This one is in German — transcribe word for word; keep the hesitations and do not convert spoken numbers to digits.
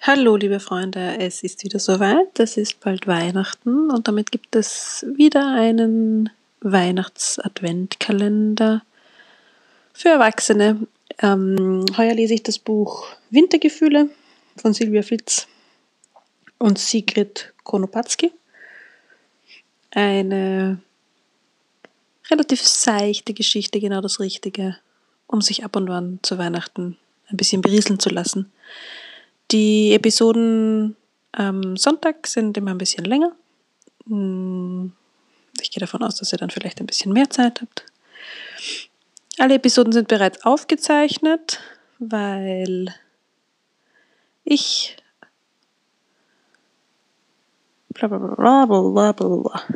Hallo liebe Freunde, es ist wieder soweit, es ist bald Weihnachten und damit gibt es wieder einen Weihnachts-Adventkalender für Erwachsene. Ähm, heuer lese ich das Buch Wintergefühle von Silvia Fitz und Sigrid Konopatzki. Eine relativ seichte Geschichte, genau das Richtige, um sich ab und an zu Weihnachten ein bisschen berieseln zu lassen. Die Episoden am Sonntag sind immer ein bisschen länger. Ich gehe davon aus, dass ihr dann vielleicht ein bisschen mehr Zeit habt. Alle Episoden sind bereits aufgezeichnet, weil ich bla bla bla bla bla bla.